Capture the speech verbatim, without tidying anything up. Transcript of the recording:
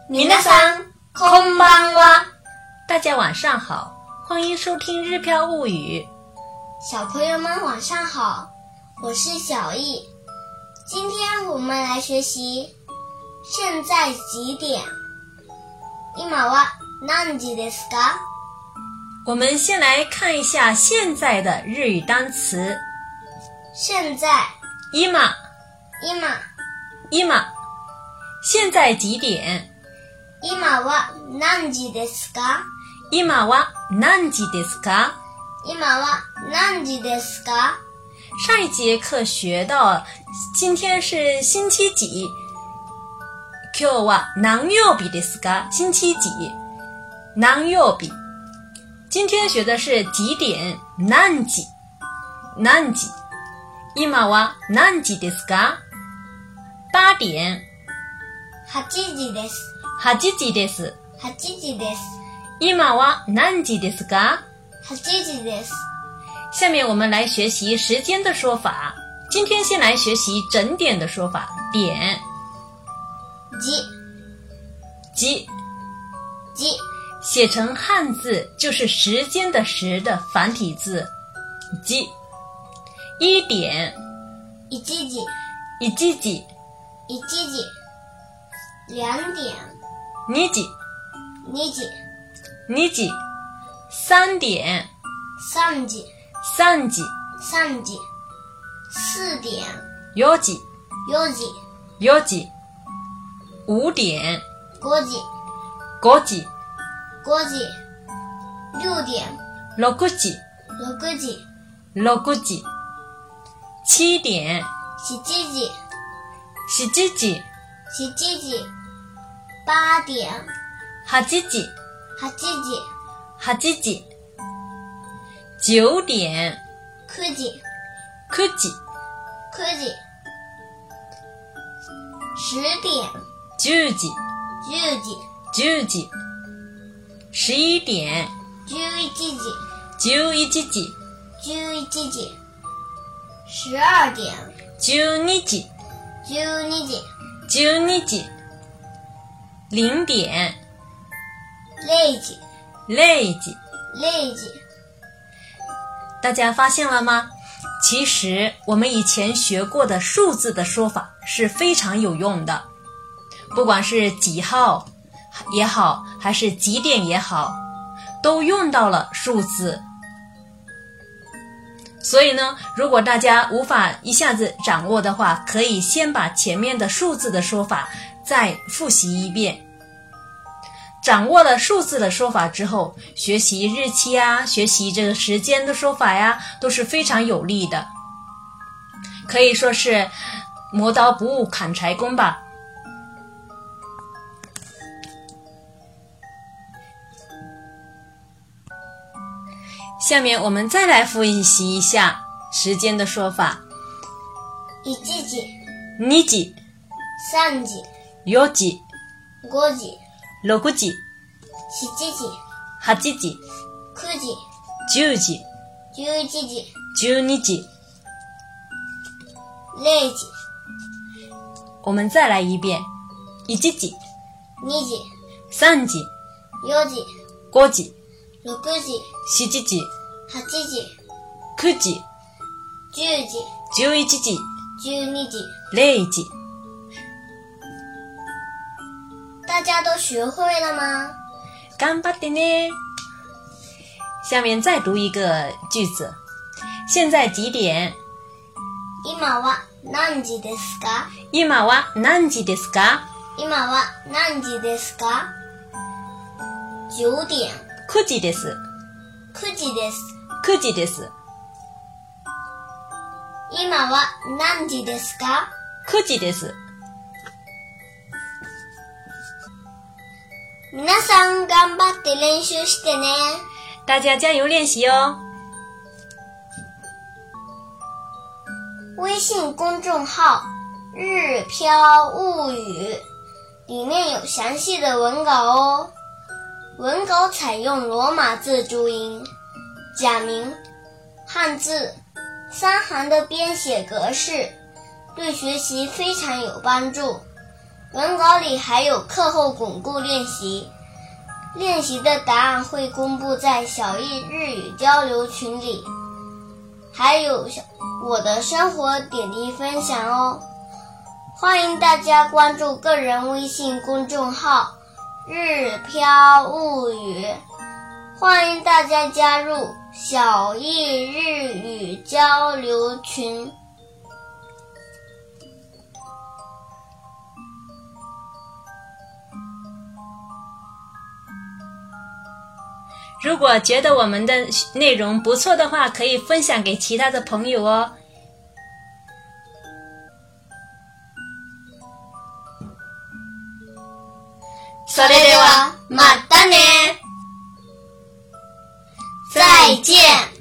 皆さん、こんばんは。 大家晚上好，欢迎收听日飘物语。 小朋友们晚上好，我是小易。今天我们来学习现在几点。今は何時ですか？ 我们先来看一下现在的日语单词。 现在今今今现在几点？ 今は何時ですか？ 今は何時ですか？ 今は何時ですか？ 上一节课学到今天是星期几？今日は何曜日ですか？星期几？何曜日？今天学的是几点？何時？何時？今は何時ですか？八点。 はちじです。 はちじです。 はちじです。 今は何時ですか？ はちじです。 下面我们来学习时间的说法。今天先来学习整点的说法。点。 じ。 じ。 じ。 写成汉字就是时间的时的繁体字。じ。一点。 一時。 一時。 一時。两点。 二時。 二時。 二時。三点。 三時。 三時。 三時。四点。 四時。 四時。 四時。五点。 五時。 五時。 五時。六点。 六時。 六時。 六時。七点。 七時。 七時。 七時。八点。 八時。 八時。 八時。九点。 九時。 九時。 九時。十点。 十時。 十時。 十時。十一点。 十一時。 十一時。 十一時。十二点。 十二時。 十二時。 十二時。零点。 零時。 零時。 零時。 大家发现了吗？其实我们以前学过的数字的说法是非常有用的，不管是几号也好，还是几点也好，都用到了数字。所以呢，如果大家无法一下子掌握的话，可以先把前面的数字的说法再复习一遍。掌握了数字的说法之后，学习日期啊，学习这个时间的说法呀，都是非常有利的，可以说是磨刀不误砍柴工吧。下面我们再来复习一下时间的说法。 一時。 二時。 三時。 四時。 五時。 六時。 七時。 八時。 九時。 十時。 十一時。 十二時。 零時。 我们再来一遍。一時。 二時。 三時。 四時。 五時。 六時。 七時。 八時。 九時。 十時。 十一時。 十二時。 零時。 大家都学会了吗？ 頑張ってね。下面再读一个句子。现在几点？ 今は何時ですか？ 今は何時ですか？ 今は何時ですか？九点。 九時です。 九時です。 九時です。 今は何時ですか？ 九時です。 皆さん頑張って練習してね。 大家加油练习哦。 微信公众号日飘物语里面有详细的文稿哦。文稿采用罗马字注音、假名、汉字三行的编写格式，对学习非常有帮助。 文稿里还有课后巩固练习，练习的答案会公布在小易日语交流群里，还有我的生活点滴分享哦。欢迎大家关注个人微信公众号日飘物语，欢迎大家加入小易日语交流群。 如果觉得我们的内容不错的话，可以分享给其他的朋友哦。 それではまたね。再见。